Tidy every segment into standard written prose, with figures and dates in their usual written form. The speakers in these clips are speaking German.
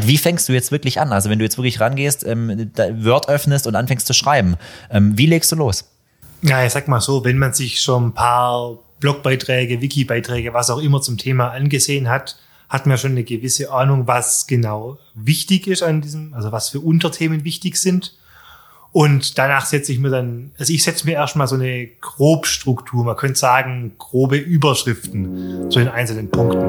Wie fängst du jetzt wirklich an? Also wenn du jetzt wirklich rangehst, Word öffnest und anfängst zu schreiben, wie legst du los? Ja, ich sag mal so, wenn man sich schon ein paar Blogbeiträge, Wikibeiträge, was auch immer zum Thema angesehen hat, hat man schon eine gewisse Ahnung, was genau wichtig ist an diesem, also was für Unterthemen wichtig sind. Und danach setze ich mir erstmal so eine Grobstruktur, man könnte sagen, grobe Überschriften zu den einzelnen Punkten.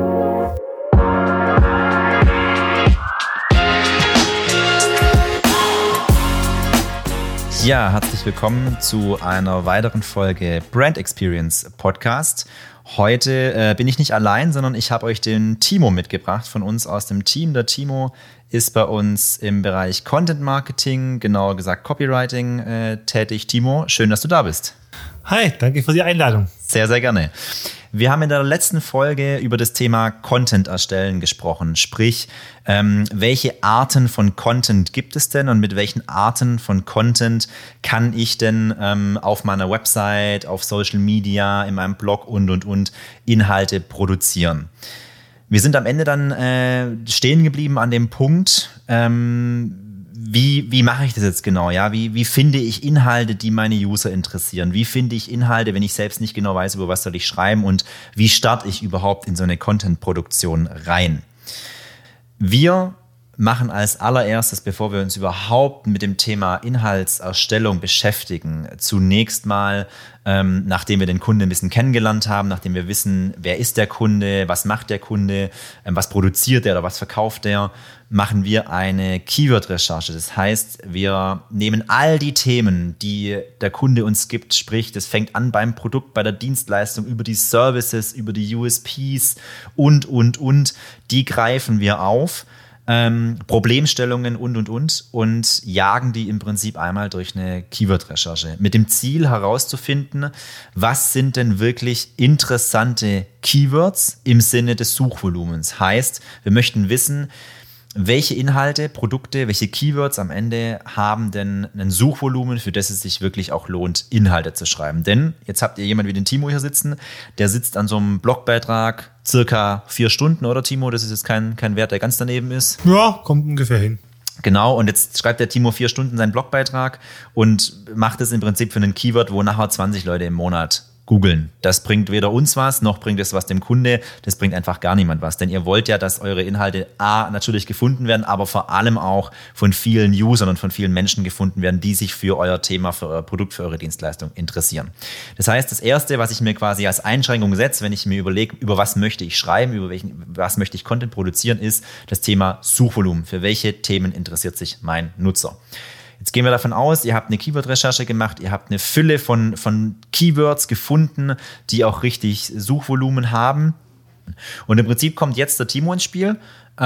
Ja, herzlich willkommen zu einer weiteren Folge Brand Experience Podcast. Heute bin ich nicht allein, sondern ich habe euch den Timo mitgebracht von uns aus dem Team. Der Timo ist bei uns im Bereich Content Marketing, genauer gesagt Copywriting tätig. Timo, schön, dass du da bist. Hi, danke für die Einladung. Sehr, sehr gerne. Wir haben in der letzten Folge über das Thema Content erstellen gesprochen, sprich, welche Arten von Content gibt es denn und mit welchen Arten von Content kann ich denn auf meiner Website, auf Social Media, in meinem Blog und Inhalte produzieren. Wir sind am Ende dann stehen geblieben an dem Punkt, wie mache ich das jetzt genau? Ja? Wie finde ich Inhalte, die meine User interessieren? Wie finde ich Inhalte, wenn ich selbst nicht genau weiß, über was soll ich schreiben? Und wie starte ich überhaupt in so eine Content-Produktion rein? Wir machen als allererstes, bevor wir uns überhaupt mit dem Thema Inhaltserstellung beschäftigen, zunächst mal, nachdem wir den Kunden ein bisschen kennengelernt haben, nachdem wir wissen, wer ist der Kunde, was macht der Kunde, was produziert er oder was verkauft er, machen wir eine Keyword-Recherche. Das heißt, wir nehmen all die Themen, die der Kunde uns gibt, sprich, das fängt an beim Produkt, bei der Dienstleistung, über die Services, über die USPs und, die greifen wir auf. Problemstellungen und jagen die im Prinzip einmal durch eine Keyword-Recherche mit dem Ziel herauszufinden, was sind denn wirklich interessante Keywords im Sinne des Suchvolumens. Heißt, wir möchten wissen, welche Inhalte, Produkte, welche Keywords am Ende haben denn ein Suchvolumen, für das es sich wirklich auch lohnt, Inhalte zu schreiben. Denn jetzt habt ihr jemanden wie den Timo hier sitzen, der sitzt an so einem Blogbeitrag circa 4 Stunden, oder Timo? Das ist jetzt kein Wert, der ganz daneben ist. Ja, kommt ungefähr hin. Genau, und jetzt schreibt der Timo 4 Stunden seinen Blogbeitrag und macht es im Prinzip für einen Keyword, wo nachher 20 Leute im Monat googeln. Das bringt weder uns was, noch bringt es was dem Kunde. Das bringt einfach gar niemand was. Denn ihr wollt ja, dass eure Inhalte natürlich gefunden werden, aber vor allem auch von vielen Usern und von vielen Menschen gefunden werden, die sich für euer Thema, für euer Produkt, für eure Dienstleistung interessieren. Das heißt, das Erste, was ich mir quasi als Einschränkung setze, wenn ich mir überlege, über was möchte ich schreiben, was möchte ich Content produzieren, ist das Thema Suchvolumen. Für welche Themen interessiert sich mein Nutzer? Jetzt gehen wir davon aus, ihr habt eine Keyword-Recherche gemacht, ihr habt eine Fülle von Keywords gefunden, die auch richtig Suchvolumen haben. Und im Prinzip kommt jetzt der Timo ins Spiel.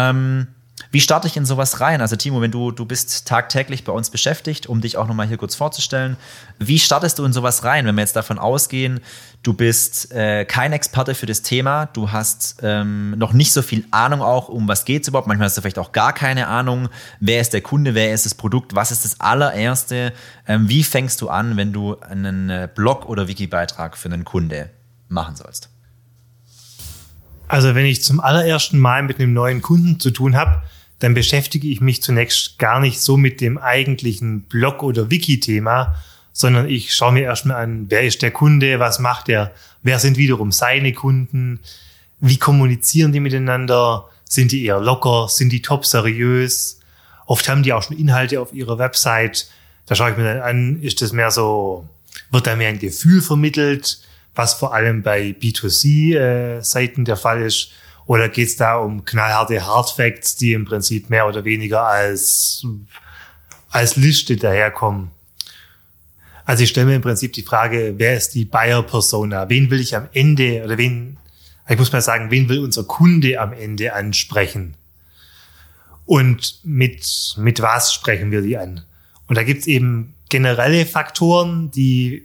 Wie starte ich in sowas rein? Also Timo, wenn du bist tagtäglich bei uns beschäftigt, um dich auch nochmal hier kurz vorzustellen. Wie startest du in sowas rein, wenn wir jetzt davon ausgehen, du bist kein Experte für das Thema, du hast noch nicht so viel Ahnung auch, um was geht es überhaupt. Manchmal hast du vielleicht auch gar keine Ahnung, wer ist der Kunde, wer ist das Produkt, was ist das allererste. Wie fängst du an, wenn du einen Blog- oder Wiki-Beitrag für einen Kunde machen sollst? Also wenn ich zum allerersten Mal mit einem neuen Kunden zu tun habe, dann beschäftige ich mich zunächst gar nicht so mit dem eigentlichen Blog- oder Wiki-Thema, sondern ich schaue mir erstmal an, wer ist der Kunde, was macht er, wer sind wiederum seine Kunden, wie kommunizieren die miteinander, sind die eher locker, sind die top seriös, oft haben die auch schon Inhalte auf ihrer Website, da schaue ich mir dann an, ist das mehr so, wird da mehr ein Gefühl vermittelt, was vor allem bei B2C-Seiten der Fall ist, oder geht es da um knallharte Hardfacts, die im Prinzip mehr oder weniger als Liste daherkommen. Also ich stelle mir im Prinzip die Frage, wer ist die Buyer-Persona? Wen will ich am Ende, oder wen will unser Kunde am Ende ansprechen? Und mit was sprechen wir die an? Und da gibt es eben generelle Faktoren, die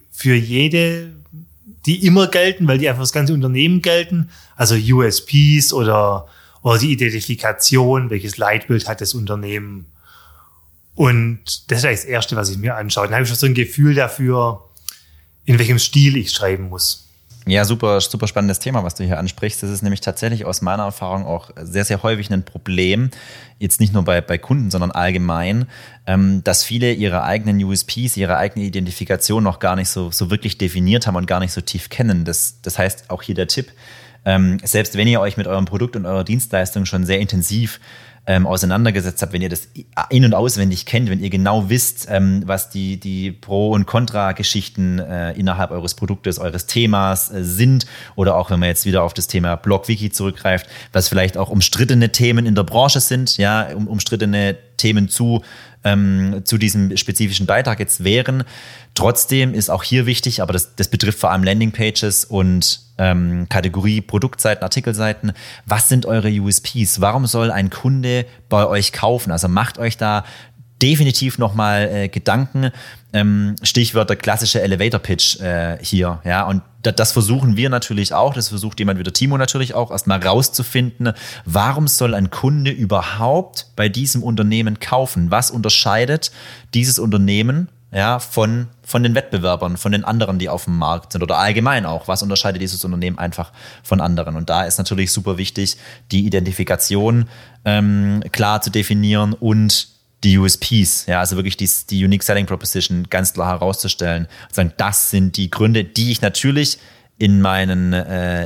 immer gelten, weil die einfach das ganze Unternehmen gelten. Also USPs oder die Identifikation, welches Leitbild hat das Unternehmen. Und das ist eigentlich das Erste, was ich mir anschaue. Dann habe ich schon so ein Gefühl dafür, in welchem Stil ich schreiben muss. Ja, super, super spannendes Thema, was du hier ansprichst. Das ist nämlich tatsächlich aus meiner Erfahrung auch sehr, sehr häufig ein Problem, jetzt nicht nur bei Kunden, sondern allgemein, dass viele ihre eigenen USPs, ihre eigene Identifikation noch gar nicht so wirklich definiert haben und gar nicht so tief kennen. Das heißt, auch hier der Tipp, selbst wenn ihr euch mit eurem Produkt und eurer Dienstleistung schon sehr intensiv auseinandergesetzt habt, wenn ihr das in- und auswendig kennt, wenn ihr genau wisst, was die Pro- und Contra-Geschichten innerhalb eures Produktes, eures Themas sind, oder auch wenn man jetzt wieder auf das Thema Blog-Wiki zurückgreift, was vielleicht auch umstrittene Themen in der Branche sind, ja, umstrittene Themen zu diesem spezifischen Beitrag jetzt wären. Trotzdem ist auch hier wichtig, aber das betrifft vor allem Landingpages und Kategorie Produktseiten, Artikelseiten. Was sind eure USPs? Warum soll ein Kunde bei euch kaufen? Also macht euch da definitiv nochmal Gedanken. Stichwort der klassische Elevator-Pitch hier. Ja, und das versuchen wir natürlich auch, das versucht jemand wie der Timo natürlich auch, erstmal rauszufinden, warum soll ein Kunde überhaupt bei diesem Unternehmen kaufen? Was unterscheidet dieses Unternehmen von den Wettbewerbern, von den anderen, die auf dem Markt sind, oder allgemein auch, was unterscheidet dieses Unternehmen einfach von anderen? Und da ist natürlich super wichtig, die Identifikation klar zu definieren und die USPs, ja, also wirklich die Unique Selling Proposition ganz klar herauszustellen und sagen, das sind die Gründe, die ich natürlich in meinem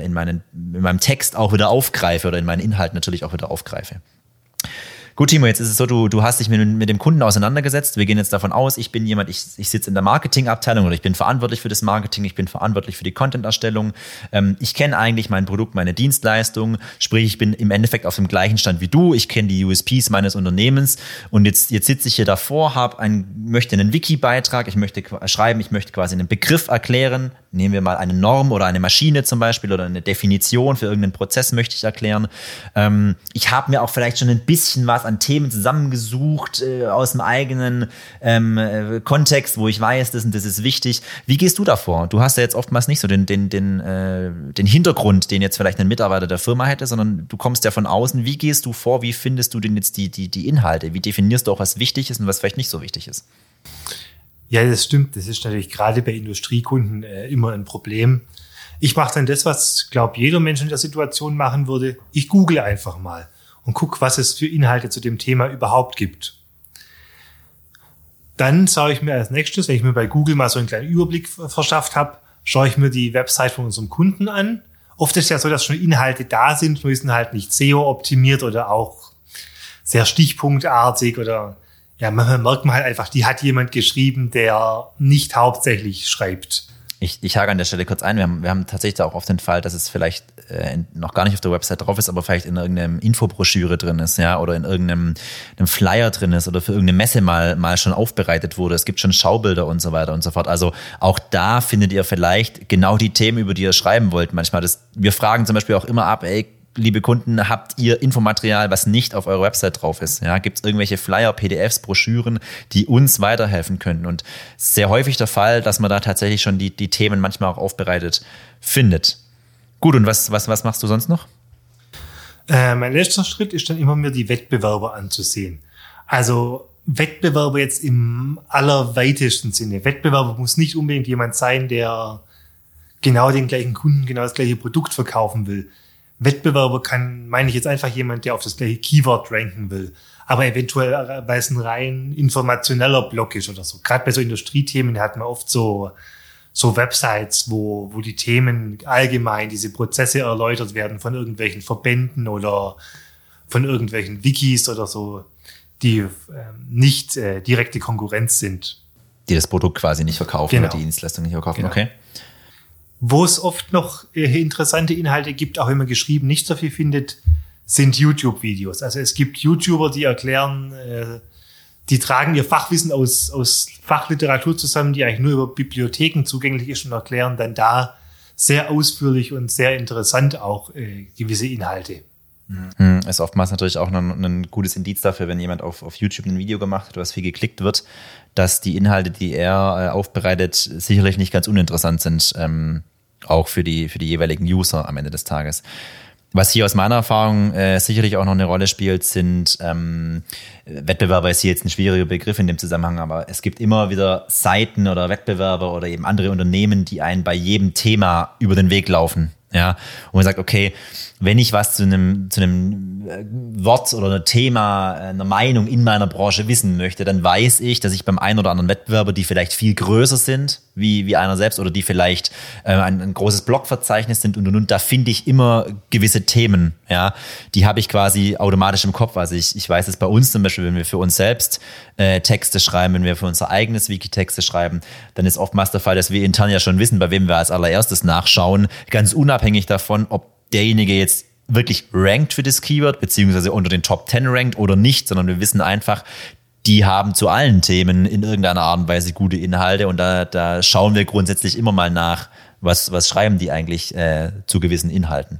Text auch wieder aufgreife oder in meinen Inhalten natürlich auch wieder aufgreife. Gut, Timo, jetzt ist es so, du hast dich mit dem Kunden auseinandergesetzt. Wir gehen jetzt davon aus, ich bin jemand, ich sitze in der Marketingabteilung oder ich bin verantwortlich für das Marketing, ich bin verantwortlich für die Content-Erstellung. Ich kenne eigentlich mein Produkt, meine Dienstleistung, sprich, ich bin im Endeffekt auf dem gleichen Stand wie du. Ich kenne die USPs meines Unternehmens und jetzt sitze ich hier davor, möchte einen Wiki-Beitrag, ich möchte quasi einen Begriff erklären. Nehmen wir mal eine Norm oder eine Maschine zum Beispiel oder eine Definition für irgendeinen Prozess möchte ich erklären. Ich habe mir auch vielleicht schon ein bisschen was an Themen zusammengesucht aus dem eigenen Kontext, wo ich weiß, das ist wichtig. Wie gehst du davor? Du hast ja jetzt oftmals nicht so den Hintergrund, den jetzt vielleicht ein Mitarbeiter der Firma hätte, sondern du kommst ja von außen. Wie gehst du vor? Wie findest du denn jetzt die Inhalte? Wie definierst du auch, was wichtig ist und was vielleicht nicht so wichtig ist? Ja, das stimmt. Das ist natürlich gerade bei Industriekunden immer ein Problem. Ich mache dann das, was, glaube jeder Mensch in der Situation machen würde. Ich google einfach mal und gucke, was es für Inhalte zu dem Thema überhaupt gibt. Dann schaue ich mir als nächstes, wenn ich mir bei Google mal so einen kleinen Überblick verschafft habe, schaue ich mir die Website von unserem Kunden an. Oft ist es ja so, dass schon Inhalte da sind, nur sind halt nicht SEO-optimiert oder auch sehr stichpunktartig oder ja, manchmal merkt man halt einfach, die hat jemand geschrieben, der nicht hauptsächlich schreibt. Ich hake an der Stelle kurz ein. Wir haben tatsächlich auch oft den Fall, dass es vielleicht noch gar nicht auf der Website drauf ist, aber vielleicht in irgendeinem Infobroschüre drin ist, ja, oder in irgendeinem Flyer drin ist oder für irgendeine Messe mal schon aufbereitet wurde. Es gibt schon Schaubilder und so weiter und so fort. Also auch da findet ihr vielleicht genau die Themen, über die ihr schreiben wollt. Manchmal wir fragen zum Beispiel auch immer ab, liebe Kunden, habt ihr Infomaterial, was nicht auf eurer Website drauf ist? Ja, gibt es irgendwelche Flyer, PDFs, Broschüren, die uns weiterhelfen können? Und sehr häufig der Fall, dass man da tatsächlich schon die Themen manchmal auch aufbereitet findet. Gut, und was machst du sonst noch? Mein letzter Schritt ist dann immer, mir die Wettbewerber anzusehen. Also Wettbewerber jetzt im allerweitesten Sinne. Wettbewerber muss nicht unbedingt jemand sein, der genau den gleichen Kunden, genau das gleiche Produkt verkaufen will. Wettbewerber meine ich jetzt einfach jemand, der auf das gleiche Keyword ranken will. Aber eventuell, weil es ein rein informationeller Blog ist oder so. Gerade bei so Industriethemen hat man oft so Websites, wo die Themen allgemein, diese Prozesse erläutert werden von irgendwelchen Verbänden oder von irgendwelchen Wikis oder so, die nicht direkte Konkurrenz sind. Die das Produkt quasi nicht verkaufen, genau, oder die Dienstleistung nicht verkaufen, genau. Okay. Wo es oft noch interessante Inhalte gibt, auch wenn man geschrieben nicht so viel findet, sind YouTube-Videos. Also es gibt YouTuber, die erklären, die tragen ihr Fachwissen aus Fachliteratur zusammen, die eigentlich nur über Bibliotheken zugänglich ist und erklären dann da sehr ausführlich und sehr interessant auch gewisse Inhalte. Ist oftmals natürlich auch ein gutes Indiz dafür, wenn jemand auf YouTube ein Video gemacht hat, was viel geklickt wird, dass die Inhalte, die er aufbereitet, sicherlich nicht ganz uninteressant sind, auch für die jeweiligen User am Ende des Tages. Was hier aus meiner Erfahrung sicherlich auch noch eine Rolle spielt, sind Wettbewerber ist hier jetzt ein schwieriger Begriff in dem Zusammenhang, aber es gibt immer wieder Seiten oder Wettbewerber oder eben andere Unternehmen, die einen bei jedem Thema über den Weg laufen. Ja, und man sagt, okay, wenn ich was zu einem Wort oder einem Thema, einer Meinung in meiner Branche wissen möchte, dann weiß ich, dass ich beim einen oder anderen Wettbewerber, die vielleicht viel größer sind, wie einer selbst, oder die vielleicht ein großes Blogverzeichnis sind und, da finde ich immer gewisse Themen, ja, die habe ich quasi automatisch im Kopf. Also ich weiß es bei uns zum Beispiel, wenn wir für uns selbst Texte schreiben, wenn wir für unser eigenes Wiki Texte schreiben, dann ist oftmals der Fall, dass wir intern ja schon wissen, bei wem wir als allererstes nachschauen, ganz unabhängig davon, ob derjenige jetzt wirklich rankt für das Keyword, beziehungsweise unter den Top 10 rankt oder nicht, sondern wir wissen einfach, die haben zu allen Themen in irgendeiner Art und Weise gute Inhalte und da schauen wir grundsätzlich immer mal nach, was schreiben die eigentlich zu gewissen Inhalten.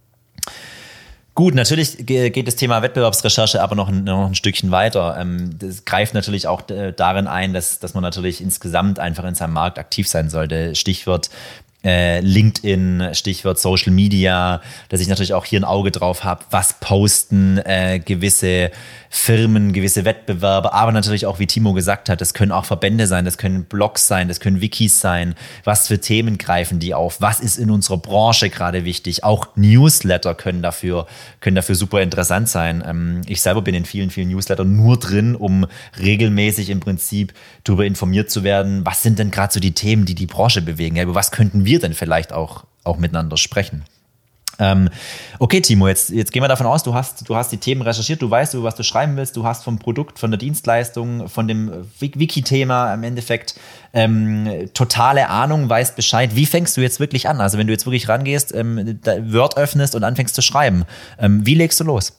Gut, natürlich geht das Thema Wettbewerbsrecherche aber noch ein Stückchen weiter. Das greift natürlich auch darin ein, dass man natürlich insgesamt einfach in seinem Markt aktiv sein sollte. Stichwort LinkedIn, Stichwort Social Media, dass ich natürlich auch hier ein Auge drauf habe, was posten gewisse Firmen, gewisse Wettbewerber, aber natürlich auch, wie Timo gesagt hat, das können auch Verbände sein, das können Blogs sein, das können Wikis sein, was für Themen greifen die auf, was ist in unserer Branche gerade wichtig, auch Newsletter können dafür super interessant sein. Ich selber bin in vielen, vielen Newslettern nur drin, um regelmäßig im Prinzip darüber informiert zu werden, was sind denn gerade so die Themen, die die Branche bewegen, ja, über was könnten wir denn vielleicht auch miteinander sprechen. Okay, Timo, jetzt gehen wir davon aus, du hast die Themen recherchiert, du weißt, über was du schreiben willst, du hast vom Produkt, von der Dienstleistung, von dem Wiki-Thema im Endeffekt totale Ahnung, weißt Bescheid. Wie fängst du jetzt wirklich an? Also wenn du jetzt wirklich rangehst, Word öffnest und anfängst zu schreiben, wie legst du los?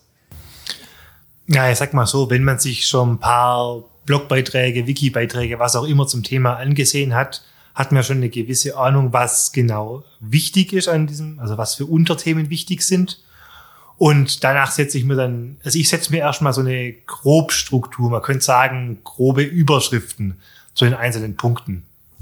Ja, ich sag mal so, wenn man sich schon ein paar Blogbeiträge, Wiki-Beiträge, was auch immer zum Thema angesehen hat man schon eine gewisse Ahnung, was genau wichtig ist an diesem, also was für Unterthemen wichtig sind. Und danach setze ich mir erstmal so eine Grobstruktur, man könnte sagen, grobe Überschriften zu den einzelnen Punkten.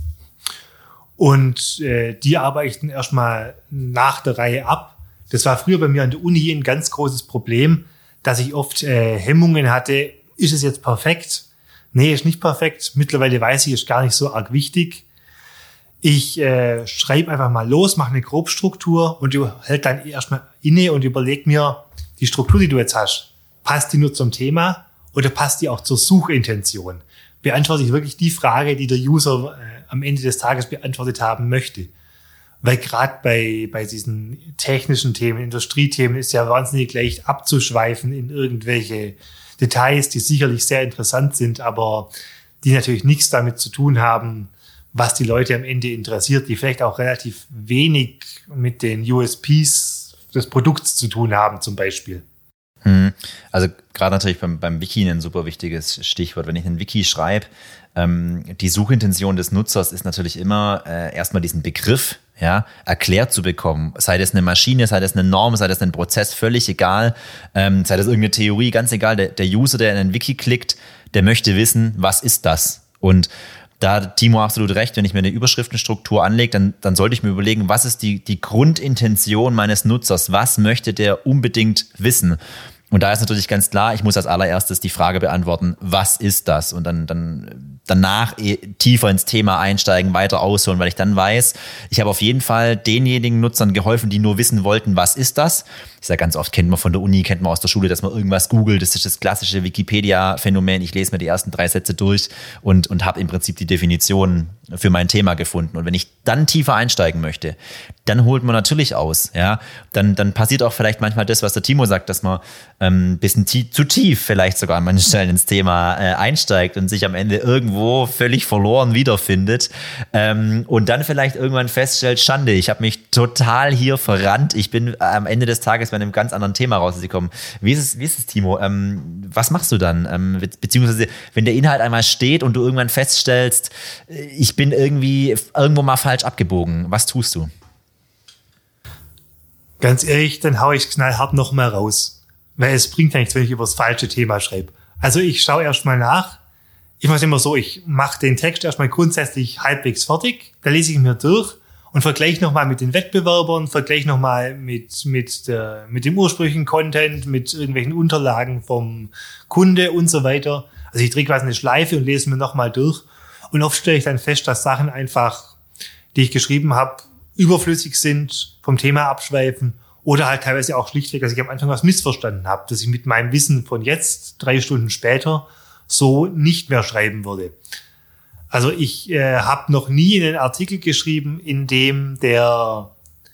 Und die arbeite ich dann erstmal nach der Reihe ab. Das war früher bei mir an der Uni ein ganz großes Problem, dass ich oft Hemmungen hatte, ist es jetzt perfekt? Nee, ist nicht perfekt. Mittlerweile weiß ich, ist gar nicht so arg wichtig. Ich schreibe einfach mal los, mache eine Grobstruktur und du hältst dann erstmal inne und überleg mir, die Struktur, die du jetzt hast, passt die nur zum Thema oder passt die auch zur Suchintention? Beantworte ich wirklich die Frage, die der User am Ende des Tages beantwortet haben möchte? Weil gerade bei diesen technischen Themen, Industriethemen ist ja wahnsinnig leicht abzuschweifen in irgendwelche Details, die sicherlich sehr interessant sind, aber die natürlich nichts damit zu tun haben, was die Leute am Ende interessiert, die vielleicht auch relativ wenig mit den USPs des Produkts zu tun haben, zum Beispiel. Also gerade natürlich beim Wiki ein super wichtiges Stichwort. Wenn ich einen Wiki schreibe, die Suchintention des Nutzers ist natürlich immer erstmal diesen Begriff erklärt zu bekommen. Sei das eine Maschine, sei das eine Norm, sei das ein Prozess, völlig egal. Sei das irgendeine Theorie, ganz egal. Der User, der in ein Wiki klickt, der möchte wissen, was ist das? Und da hat Timo absolut recht, wenn ich mir eine Überschriftenstruktur anlege, dann sollte ich mir überlegen, was ist die Grundintention meines Nutzers? Was möchte der unbedingt wissen? Und da ist natürlich ganz klar, ich muss als allererstes die Frage beantworten, was ist das? Und dann danach tiefer ins Thema einsteigen, weiter ausholen, weil ich dann weiß, ich habe auf jeden Fall denjenigen Nutzern geholfen, die nur wissen wollten, was ist das? Ich sage ganz oft, kennt man von der Uni, kennt man aus der Schule, dass man irgendwas googelt. Das ist das klassische Wikipedia-Phänomen. Ich lese mir die ersten 3 Sätze durch und habe im Prinzip die Definition für mein Thema gefunden. Und wenn ich dann tiefer einsteigen möchte, dann holt man natürlich aus. Ja, dann passiert auch vielleicht manchmal das, was der Timo sagt, dass man ein bisschen zu tief vielleicht sogar an manchen Stellen ins Thema einsteigt und sich am Ende irgendwo völlig verloren wiederfindet und dann vielleicht irgendwann feststellt, Schande, ich habe mich total hier verrannt. Ich bin am Ende des Tages bei einem ganz anderen Thema rausgekommen. Wie ist es, Timo? Was machst du dann? Beziehungsweise, wenn der Inhalt einmal steht und du irgendwann feststellst, ich bin irgendwo mal falsch abgebogen. Was tust du? Ganz ehrlich, dann hau ich knallhart noch mal raus. Weil es bringt ja nichts, wenn ich über das falsche Thema schreibe. Also ich schaue erstmal nach. Ich mache es immer so, ich mache den Text erstmal grundsätzlich halbwegs fertig. Da lese ich mir durch und vergleiche nochmal mit den Wettbewerbern, vergleiche nochmal mit dem ursprünglichen Content, mit irgendwelchen Unterlagen vom Kunde und so weiter. Also ich drehe quasi eine Schleife und lese mir nochmal durch. Und oft stelle ich dann fest, dass Sachen einfach, die ich geschrieben habe, überflüssig sind, vom Thema abschweifen oder halt teilweise auch schlichtweg, dass ich am Anfang was missverstanden habe, dass ich mit meinem Wissen von jetzt, 3 Stunden später, so nicht mehr schreiben würde. Also ich habe noch nie einen Artikel geschrieben, in dem der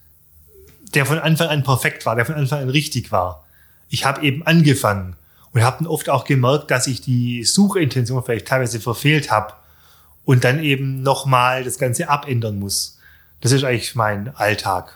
von Anfang an perfekt war, der von Anfang an richtig war. Ich habe eben angefangen und habe dann oft auch gemerkt, dass ich die Suchintention vielleicht teilweise verfehlt habe und dann eben nochmal das Ganze abändern muss. Das ist eigentlich mein Alltag.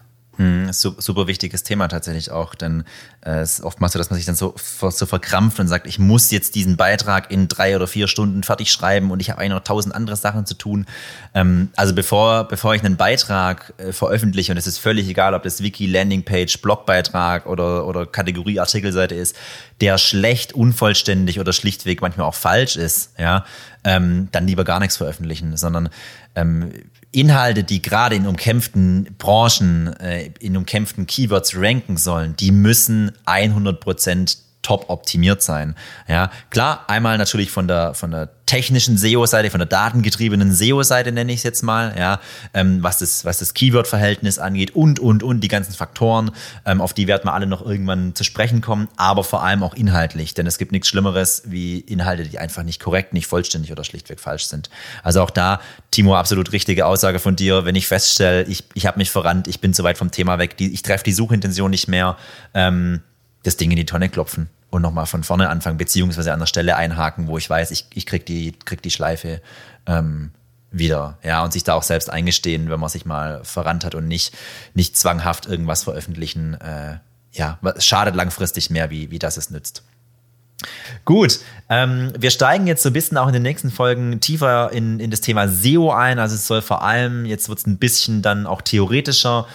Super wichtiges Thema tatsächlich auch, denn es ist oftmals so, dass man sich dann so verkrampft und sagt, ich muss jetzt diesen Beitrag in 3 oder 4 Stunden fertig schreiben und ich habe eigentlich noch 1000 andere Sachen zu tun. Also bevor ich einen Beitrag veröffentliche, und es ist völlig egal, ob das Wiki, Landingpage, Blogbeitrag oder Kategorie Artikelseite ist, der schlecht, unvollständig oder schlichtweg manchmal auch falsch ist, ja, dann lieber gar nichts veröffentlichen, sondern Inhalte, die gerade in umkämpften Branchen, in umkämpften Keywords ranken sollen, die müssen 100% top optimiert sein. Ja, klar, einmal natürlich von der technischen SEO-Seite, von der datengetriebenen SEO-Seite nenne ich es jetzt mal, ja, was das Keyword-Verhältnis angeht und die ganzen Faktoren, auf die werden wir alle noch irgendwann zu sprechen kommen, aber vor allem auch inhaltlich, denn es gibt nichts Schlimmeres wie Inhalte, die einfach nicht korrekt, nicht vollständig oder schlichtweg falsch sind. Also auch da, Timo, absolut richtige Aussage von dir, wenn ich feststelle, ich habe mich verrannt, ich bin zu weit vom Thema weg, ich treffe die Suchintention nicht mehr, das Ding in die Tonne klopfen und nochmal von vorne anfangen, beziehungsweise an der Stelle einhaken, wo ich weiß, ich krieg die Schleife wieder. Ja, und sich da auch selbst eingestehen, wenn man sich mal verrannt hat und nicht zwanghaft irgendwas veröffentlichen. Es schadet langfristig mehr, wie das es nützt. Gut, wir steigen jetzt so ein bisschen auch in den nächsten Folgen tiefer in das Thema SEO ein. Also es soll vor allem, jetzt wird es ein bisschen dann auch theoretischer,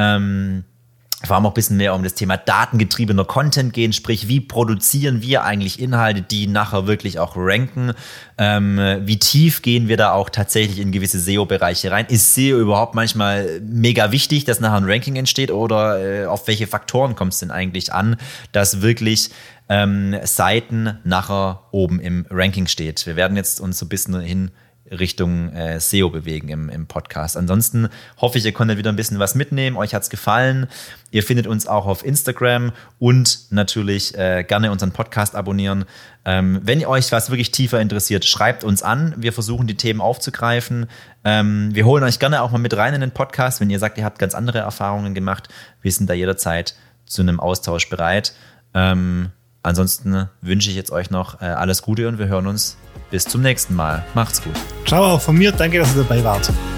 vor allem auch ein bisschen mehr um das Thema datengetriebener Content gehen, sprich, wie produzieren wir eigentlich Inhalte, die nachher wirklich auch ranken? Wie tief gehen wir da auch tatsächlich in gewisse SEO-Bereiche rein? Ist SEO überhaupt manchmal mega wichtig, dass nachher ein Ranking entsteht, oder auf welche Faktoren kommt es denn eigentlich an, dass wirklich Seiten nachher oben im Ranking steht? Wir werden jetzt uns so ein bisschen hin Richtung SEO bewegen im Podcast. Ansonsten hoffe ich, ihr konntet wieder ein bisschen was mitnehmen. Euch hat's gefallen. Ihr findet uns auch auf Instagram und natürlich gerne unseren Podcast abonnieren. Wenn euch was wirklich tiefer interessiert, schreibt uns an. Wir versuchen, die Themen aufzugreifen. Wir holen euch gerne auch mal mit rein in den Podcast. Wenn ihr sagt, ihr habt ganz andere Erfahrungen gemacht, wir sind da jederzeit zu einem Austausch bereit. Ansonsten wünsche ich jetzt euch noch alles Gute und wir hören uns bis zum nächsten Mal. Macht's gut. Ciao, auch von mir. Danke, dass ihr dabei wart.